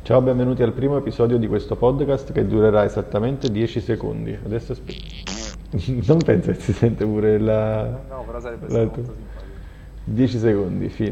Ciao, benvenuti al primo episodio di questo podcast che durerà esattamente 10 secondi. Adesso non penso che si sente pure No, però sarebbe la... stato molto simpatico. 10 secondi, fine.